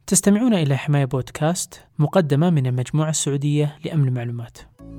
تستمعون إلى حماية بودكاست مقدمة من المجموعة السعودية لأمن المعلومات.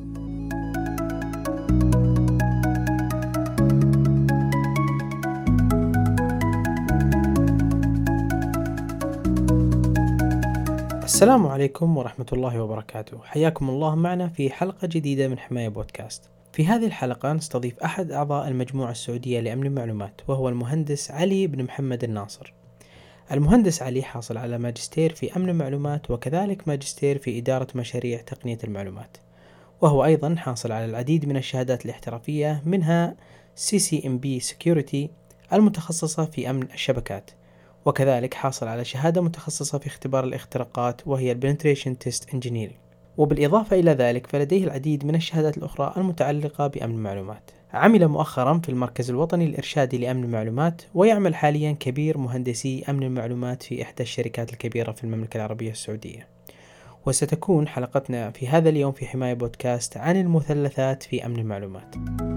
السلام عليكم ورحمة الله وبركاته، حياكم الله معنا في حلقة جديدة من حماية بودكاست. في هذه الحلقة نستضيف أحد أعضاء المجموعة السعودية لأمن المعلومات، وهو المهندس علي بن محمد الناصر. المهندس علي حاصل على ماجستير في أمن المعلومات وكذلك ماجستير في إدارة مشاريع تقنية المعلومات، وهو أيضا حاصل على العديد من الشهادات الاحترافية، منها CCMP Security المتخصصة في أمن الشبكات، وكذلك حاصل على شهادة متخصصة في اختبار الاختراقات وهي Penetration Test Engineering. وبالإضافة إلى ذلك فلديه العديد من الشهادات الأخرى المتعلقة بأمن المعلومات. عمل مؤخرا في المركز الوطني الإرشادي لأمن المعلومات، ويعمل حاليا كبير مهندسي أمن المعلومات في إحدى الشركات الكبيرة في المملكة العربية السعودية. وستكون حلقتنا في هذا اليوم في حماية بودكاست عن المثلثات في أمن المعلومات.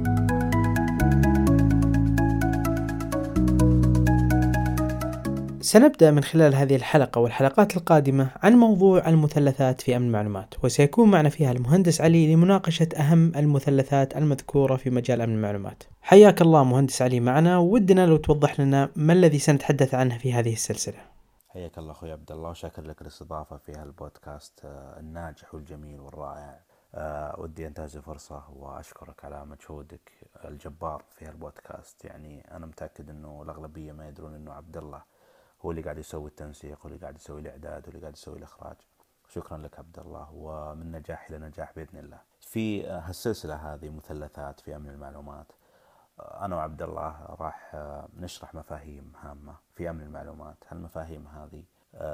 سنبدأ من خلال هذه الحلقة والحلقات القادمة عن موضوع المثلثات في أمن المعلومات، وسيكون معنا فيها المهندس علي لمناقشة أهم المثلثات المذكورة في مجال أمن المعلومات. حياك الله مهندس علي معنا، ودنا لو توضح لنا ما الذي سنتحدث عنه في هذه السلسلة. حياك الله أخوي عبد الله، وشكر لك الاستضافة في هالبودكاست الناجح والجميل والرائع. ودي أنتهز الفرصة وأشكرك على مجهودك الجبار في هالبودكاست. يعني أنا متأكد أنه الأغلبية ما يدرون أنه عبد الله هو اللي قاعد يسوي التنسيق، هو اللي قاعد يسوي الإعداد، هو اللي قاعد يسوي الإخراج. شكرا لك عبد الله، ومن نجاح إلى نجاح بإذن الله. في هالسلسلة هذه مثلثات في أمن المعلومات، أنا وعبد الله راح نشرح مفاهيم هامة في أمن المعلومات. هالمفاهيم هذه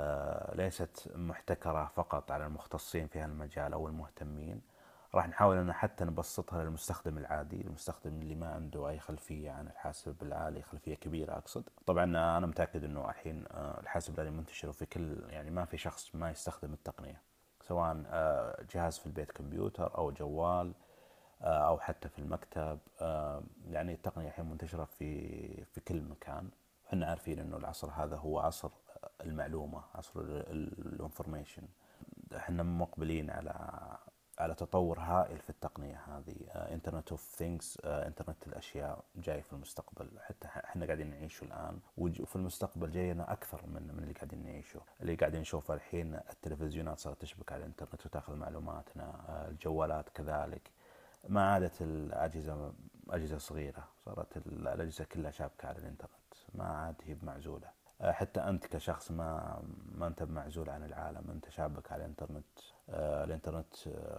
ليست محتكرة فقط على المختصين في هالمجال أو المهتمين. راح نحاول أن حتى نبسطها للمستخدم العادي، المستخدم اللي ما عنده أي خلفية عن الحاسب الآلي، خلفية كبيرة أقصد. طبعا أنا متأكد أنه الحين الحاسب الآلي منتشر في كل، يعني ما في شخص ما يستخدم التقنية، سواء جهاز في البيت كمبيوتر أو جوال أو حتى في المكتب. يعني التقنية الحين منتشرة في كل مكان. احنا عارفين إنه العصر هذا هو عصر المعلومة، عصر الانفورميشن. احنا مقبلين على تطور هائل في التقنية هذه. انترنت اوف ثينجز، انترنت الأشياء جاي في المستقبل. حتى احنا قاعدين نعيشه الآن، وفي المستقبل جاينا أكثر من اللي قاعدين نعيشه. اللي قاعدين نشوفه الحين التلفزيونات صارت تشبك على الانترنت وتأخذ معلوماتنا، الجوالات كذلك. ما عادت أجهزة صغيرة، صارت الأجهزة كلها شابكة على الإنترنت، ما عاد هي بمعزولة. حتى أنت كشخص ما أنت بمعزول عن العالم، أنت شابك على الإنترنت. الإنترنت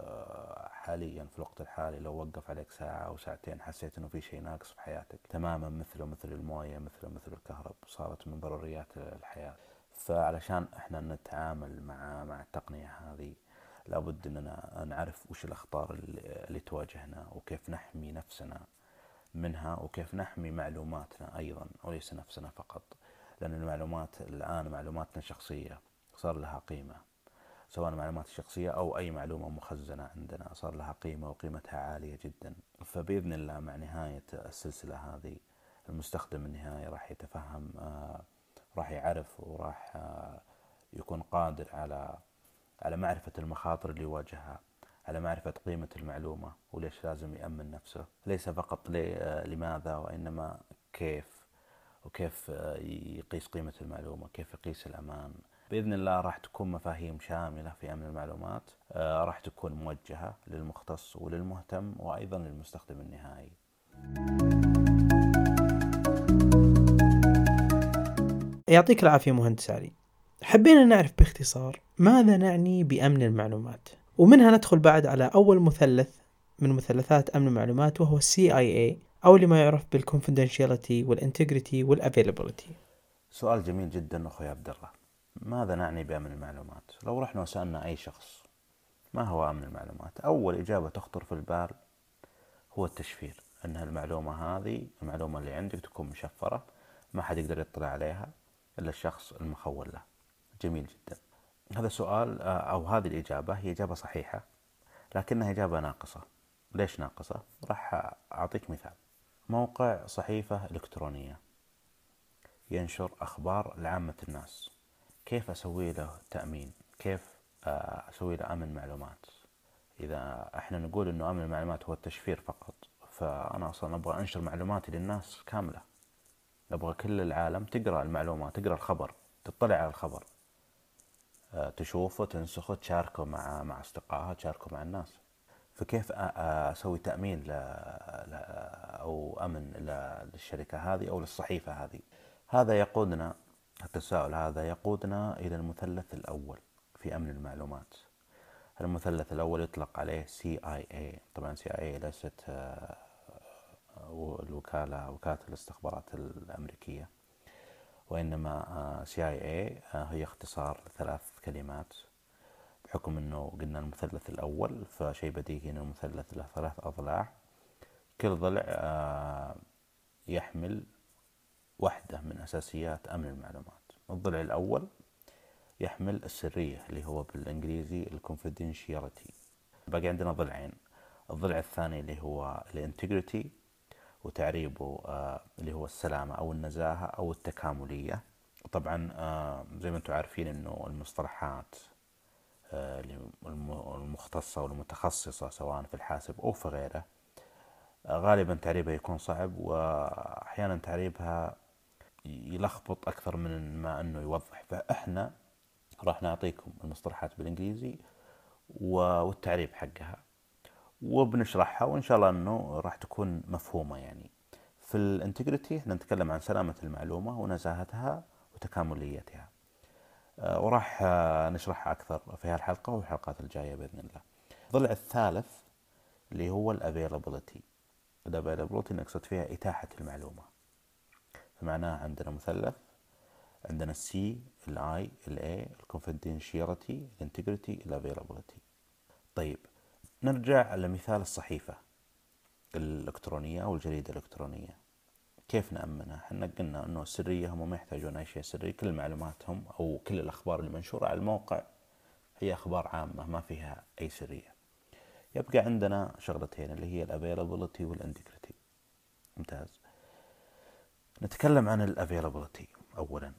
حاليا في الوقت الحالي لو وقف عليك ساعة أو ساعتين حسيت إنه في شيء ناقص في حياتك تماما، مثل الموية، مثل الكهرب، صارت من ضروريات الحياة. فعلشان إحنا نتعامل مع التقنية هذه لابد أننا نعرف وش الأخطار اللي تواجهنا، وكيف نحمي نفسنا منها، وكيف نحمي معلوماتنا أيضا وليس نفسنا فقط. لأن المعلومات الآن معلوماتنا الشخصية صار لها قيمة، سواء معلومات الشخصية أو أي معلومة مخزنة عندنا صار لها قيمة، وقيمتها عالية جدا. فبإذن الله مع نهاية السلسلة هذه المستخدم النهائي راح يتفهم، راح يعرف، وراح يكون قادر على معرفة المخاطر اللي يواجهها، على معرفة قيمة المعلومة وليش لازم يأمن نفسه. ليس فقط لماذا، وإنما وكيف يقيس قيمة المعلومة، كيف يقيس الأمان. بإذن الله راح تكون مفاهيم شاملة في أمن المعلومات، راح تكون موجهة للمختص وللمهتم وأيضا للمستخدم النهائي. يعطيك العافية مهندس علي. حبينا نعرف باختصار ماذا نعني بأمن المعلومات، ومنها ندخل بعد على أول مثلث من مثلثات أمن المعلومات، وهو CIA أو لما يعرف بالconfidentiality والintegrity والavailability. سؤال جميل جدا أخوي عبد الله. ماذا نعني بأمن المعلومات؟ لو رحنا وسألنا أي شخص ما هو أمن المعلومات، أول إجابة تخطر في البال هو التشفير. أن المعلومة هذه، المعلومة اللي عندك، تكون مشفرة، ما حد يقدر يطلع عليها إلا الشخص المخول له. جميل جدا. هذا سؤال أو هذه الإجابة هي إجابة صحيحة، لكنها إجابة ناقصة. ليش ناقصة؟ راح أعطيك مثال. موقع صحيفة إلكترونية ينشر أخبار لعامة الناس، كيف أسوي له تأمين؟ كيف أسوي له أمن معلومات؟ إذا إحنا نقول إنه أمن المعلومات هو التشفير فقط، فأنا أصلا أبغى أنشر معلوماتي للناس كاملة. أبغى كل العالم تقرأ المعلومات، تقرأ الخبر، تطلع على الخبر، تشوفه، تنسخه، تشاركه مع أصدقائها، تشاركه مع الناس. فكيف أسوي تأمين أو أمن للشركة هذه أو للصحيفة هذه؟ هذا يقودنا، التساؤل هذا يقودنا إلى المثلث الأول في أمن المعلومات. المثلث الأول يطلق عليه CIA. طبعا CIA ليست وكالة الاستخبارات الأمريكية، وإنما CIA هي اختصار ثلاث كلمات. بحكم أنه قلنا المثلث الأول، فشيء بديهي أن المثلث له ثلاث أضلاع، كل ضلع يحمل واحدة من أساسيات أمن المعلومات. الضلع الأول يحمل السرية اللي هو بالإنجليزي الconfidentiality. باقي عندنا ضلعين. الضلع الثاني اللي هو الانتجريتي، وتعريبه اللي هو السلامة أو النزاهة أو التكاملية. طبعا زي ما انتم عارفين انه المصطلحات المختصة والمتخصصة سواء في الحاسب أو في غيره غالبا تعريبها يكون صعب، وأحيانا تعريبها يلخبط أكثر من ما أنه يوضح. فإحنا راح نعطيكم المصطلحات بالإنجليزي والتعريب حقها وبنشرحها، وإن شاء الله أنه راح تكون مفهومة. يعني في الانتجريتي احنا نتكلم عن سلامة المعلومة ونزاهتها وتكامليتها، وراح نشرحها أكثر في هالحلقة والحلقات الجاية بإذن الله. الضلع الثالث اللي هو الافيلابيلتي. الافيلابيلتي نقصد فيها إتاحة المعلومة. فمعناها عندنا مثلث، عندنا السي، الاي، الاي، الكونفيدنشياليتي، الانتجريتي، الافيلابيلتي. طيب نرجع لمثال الصحيفة الإلكترونية أو الجريدة الإلكترونية. كيف نأمنها؟ احنا قلنا أنه السرية هم ما يحتاجون أي شيء سري، كل معلوماتهم أو كل الأخبار اللي منشورة على الموقع هي أخبار عامة ما فيها أي سرية. يبقى عندنا شغلتين اللي هي الافيلابيلتي والانتجريتي. ممتاز. نتكلم عن الافيلابيلتي أولا.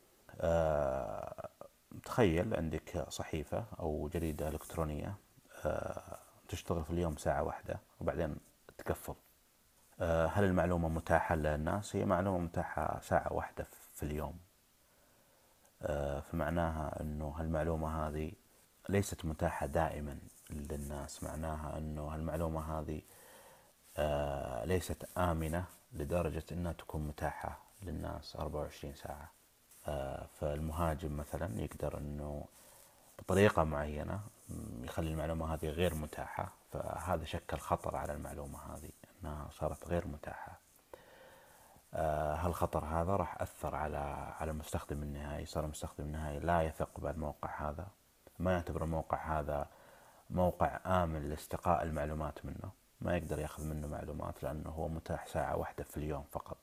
تخيل عندك صحيفة أو جريدة إلكترونية تشتغل في اليوم ساعة واحدة وبعدين تقفل. هل المعلومة متاحة للناس؟ هي معلومة متاحة ساعة واحدة في اليوم. فمعناها أنه هالمعلومة هذه ليست متاحة دائما للناس. معناها أنه هالمعلومة هذه ليست آمنة لدرجة أنها تكون متاحة للناس 24 ساعة. فالمهاجم مثلا يقدر أنه بطريقة معينة يخلي المعلومة هذه غير متاحة، فهذا شكل خطر على المعلومة هذه أنها صارت غير متاحة. هالخطر هذا راح أثر على المستخدم النهائي. صار المستخدم النهائي لا يثق بالموقع هذا، ما يعتبر الموقع هذا موقع آمن لاستقاء المعلومات منه، ما يقدر يأخذ منه معلومات لأنه هو متاح ساعة واحدة في اليوم فقط.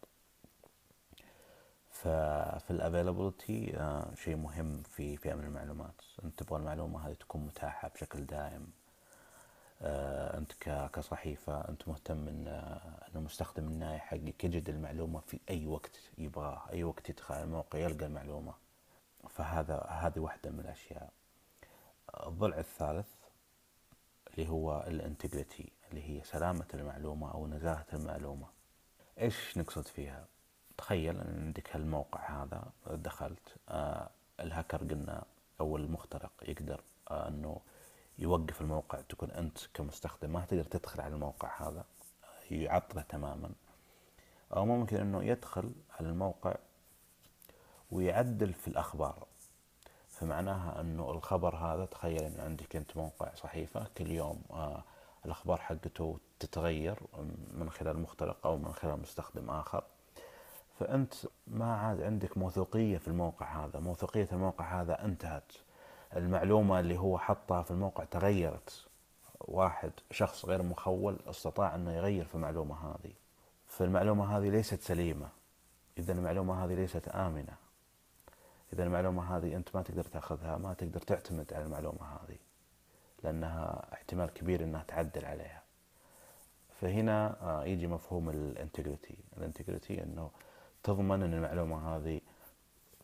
ففي الافيلابيلتي شيء مهم في أمن المعلومات. أنت تبغى المعلومة هذه تكون متاحة بشكل دائم. أنت كصحيفة أنت مهتم أن المستخدم النهائي حقك يجد المعلومة في أي وقت يبغاه، أي وقت يدخل على الموقع يلقى المعلومة. هذه واحدة من الأشياء. الضلع الثالث اللي هو الانتجريتي، اللي هي سلامة المعلومة أو نزاهة المعلومة. إيش نقصد فيها؟ تخيل أن عندك هالموقع هذا، دخلت الهاكر قلنا أو المخترق يقدر أنه يوقف الموقع، تكون أنت كمستخدم ما تقدر تدخل على الموقع هذا، يعطله تماما. أو ممكن أنه يدخل على الموقع ويعدل في الأخبار. فمعناها أنه الخبر هذا، تخيل أن عندك أنت موقع صحيفة كل يوم الأخبار حقته تتغير من خلال مخترق أو من خلال مستخدم آخر، فأنت ما عاد عندك موثوقية في الموقع هذا. موثوقية الموقع هذا انتهت. المعلومة اللي هو حطها في الموقع تغيرت. واحد شخص غير مخول استطاع أنه يغير في المعلومة هذه، فالمعلومة هذه ليست سليمة. إذا المعلومة هذه ليست آمنة. إذا المعلومة هذه أنت ما تقدر تأخذها، ما تقدر تعتمد على المعلومة هذه لأنها احتمال كبير أنها تعدل عليها. فهنا يجي مفهوم الانتجريتي. الانتجريتي أنه تضمن أن المعلومة هذه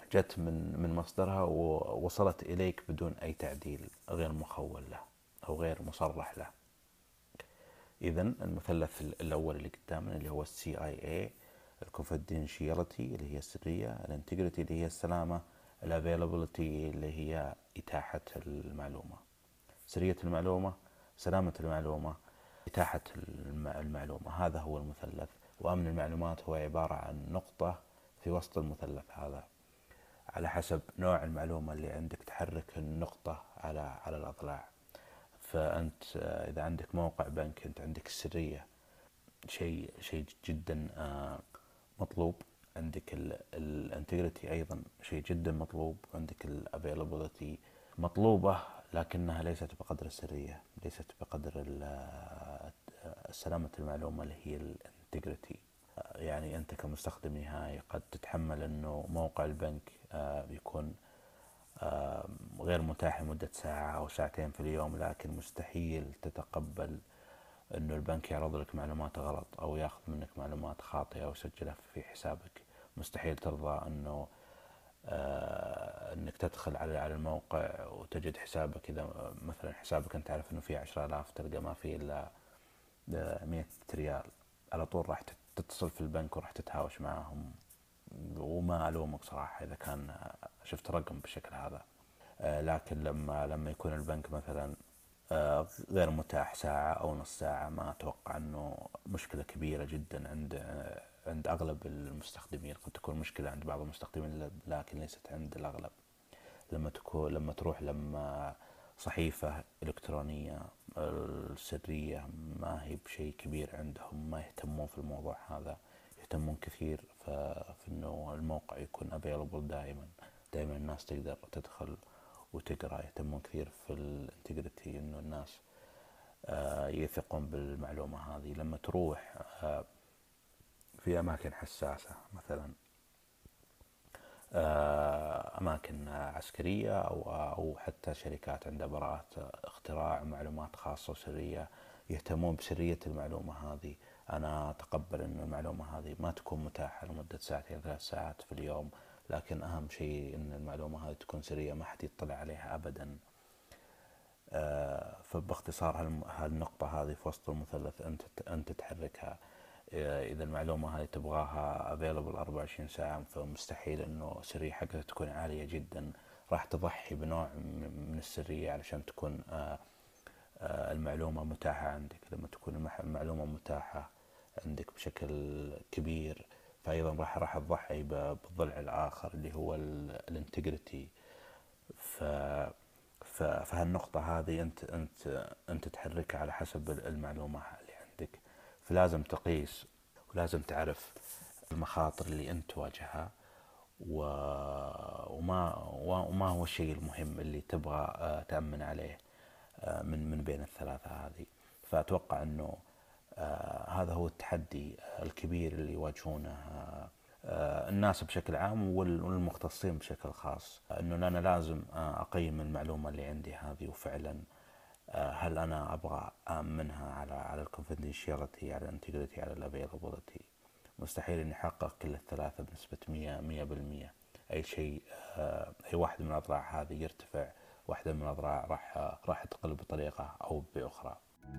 جت من مصدرها ووصلت إليك بدون أي تعديل غير مخول له أو غير مصرح له. إذن المثلث الأول اللي قدامنا اللي هو CIA، الكونفيدنشياليتي اللي هي السرية، الانتجريتي اللي هي السلامة، الافيلابيلتي اللي هي إتاحة المعلومة. سرية المعلومة، سلامة المعلومة، إتاحة المعلومة، هذا هو المثلث. وأمن المعلومات هو عبارة عن نقطة في وسط المثلث هذا، على حسب نوع المعلومة اللي عندك تحرك النقطة على الأضلاع. فأنت إذا عندك موقع بنك أنت عندك السرية، شيء جدا مطلوب. عندك الانتجريتي أيضا شيء جدا مطلوب. عندك الافيلابيلتي مطلوبة لكنها ليست بقدر السرية، ليست بقدر سلامة المعلومة اللي هي الانتجريتي. يعني أنت كمستخدم نهائي قد تتحمل أنه موقع البنك يكون غير متاح لمدة ساعة أو ساعتين في اليوم، لكن مستحيل تتقبل أنه البنك يعرض لك معلومات غلط أو يأخذ منك معلومات خاطئة أو يسجلها في حسابك. مستحيل ترضى أنك تدخل على الموقع وتجد حسابك، إذا مثلا حسابك أنت عارف أنه فيه 10,000 تلقى ما فيه إلا 100 ريال، على طول راح تتصل في البنك وراح تتهاوش معهم. وما ألومك صراحة إذا كان شفت رقم بالشكل هذا. لكن لما يكون البنك مثلا غير متاح ساعة أو نص ساعة، ما أتوقع أنه مشكلة كبيرة جدا عند أغلب المستخدمين. قد تكون مشكلة عند بعض المستخدمين لكن ليست عند الأغلب. لما تروح صحيفة إلكترونية السرية ما هي بشيء كبير عندهم، ما يهتمون في الموضوع هذا. يهتمون كثير في إنه الموقع يكون available دائما الناس تقدر تدخل وتقرأ. يهتمون كثير في الانتجريتي إنه الناس يثقون بالمعلومة هذه. لما تروح في أماكن حساسة مثلا أماكن عسكرية أو حتى شركات عندها براءات اختراع ومعلومات خاصة وسرية، يهتمون بسرية المعلومة هذه. أنا أتقبل أن المعلومة هذه ما تكون متاحة لمدة 2-3 ساعات في اليوم، لكن أهم شيء أن المعلومة هذه تكون سرية، ما حد يطلع عليها أبدا. فباختصار هالنقطة هذه في وسط المثلث أنت تحركها. إذا المعلومة هذه تبغاها available 24 ساعة، فمستحيل أنه السرية حقتها تكون عالية جدا. راح تضحي بنوع من السرية علشان تكون المعلومة متاحة عندك. لما تكون المعلومة متاحة عندك بشكل كبير، فأيضا راح تضحي بالضلع الآخر اللي هو الانتجريتي. فهالنقطة هذه أنت تحركها على حسب المعلومة اللي عندك. فلازم تقيس ولازم تعرف المخاطر اللي أنت تواجهها وما هو الشيء المهم اللي تبغى تأمن عليه من بين الثلاثة هذه. فأتوقع أنه هذا هو التحدي الكبير اللي يواجهونه الناس بشكل عام والمختصين بشكل خاص، أنه أنا لازم أقيم المعلومة اللي عندي هذه، وفعلا هل أنا أبغى أأمنها على الكونفيدنشياليتي، على الانتجريتي، على الافيلابيلتي. مستحيل أن يحقق كل الثلاثة بنسبة 100%. أي شيء أي واحد من الأضلاع هذه يرتفع، واحدة من الأضلاع راح تقل بطريقة أو بأخرى.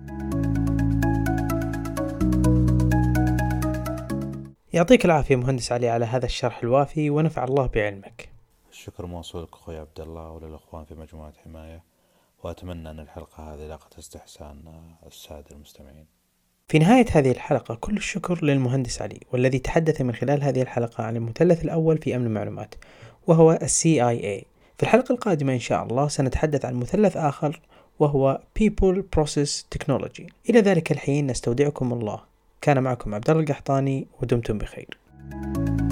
يعطيك العافية مهندس علي على هذا الشرح الوافي، ونفع الله بعلمك. الشكر موصول لك أخوي عبد الله وللأخوان في مجموعة حماية، وأتمنى أن الحلقة هذه لاقت استحسان السادة المستمعين. في نهاية هذه الحلقة كل الشكر للمهندس علي، والذي تحدث من خلال هذه الحلقة عن المثلث الأول في أمن المعلومات وهو CIA. في الحلقة القادمة إن شاء الله سنتحدث عن مثلث آخر وهو People Process Technology. إلى ذلك الحين نستودعكم الله. كان معكم عبد الله القحطاني، ودمتم بخير.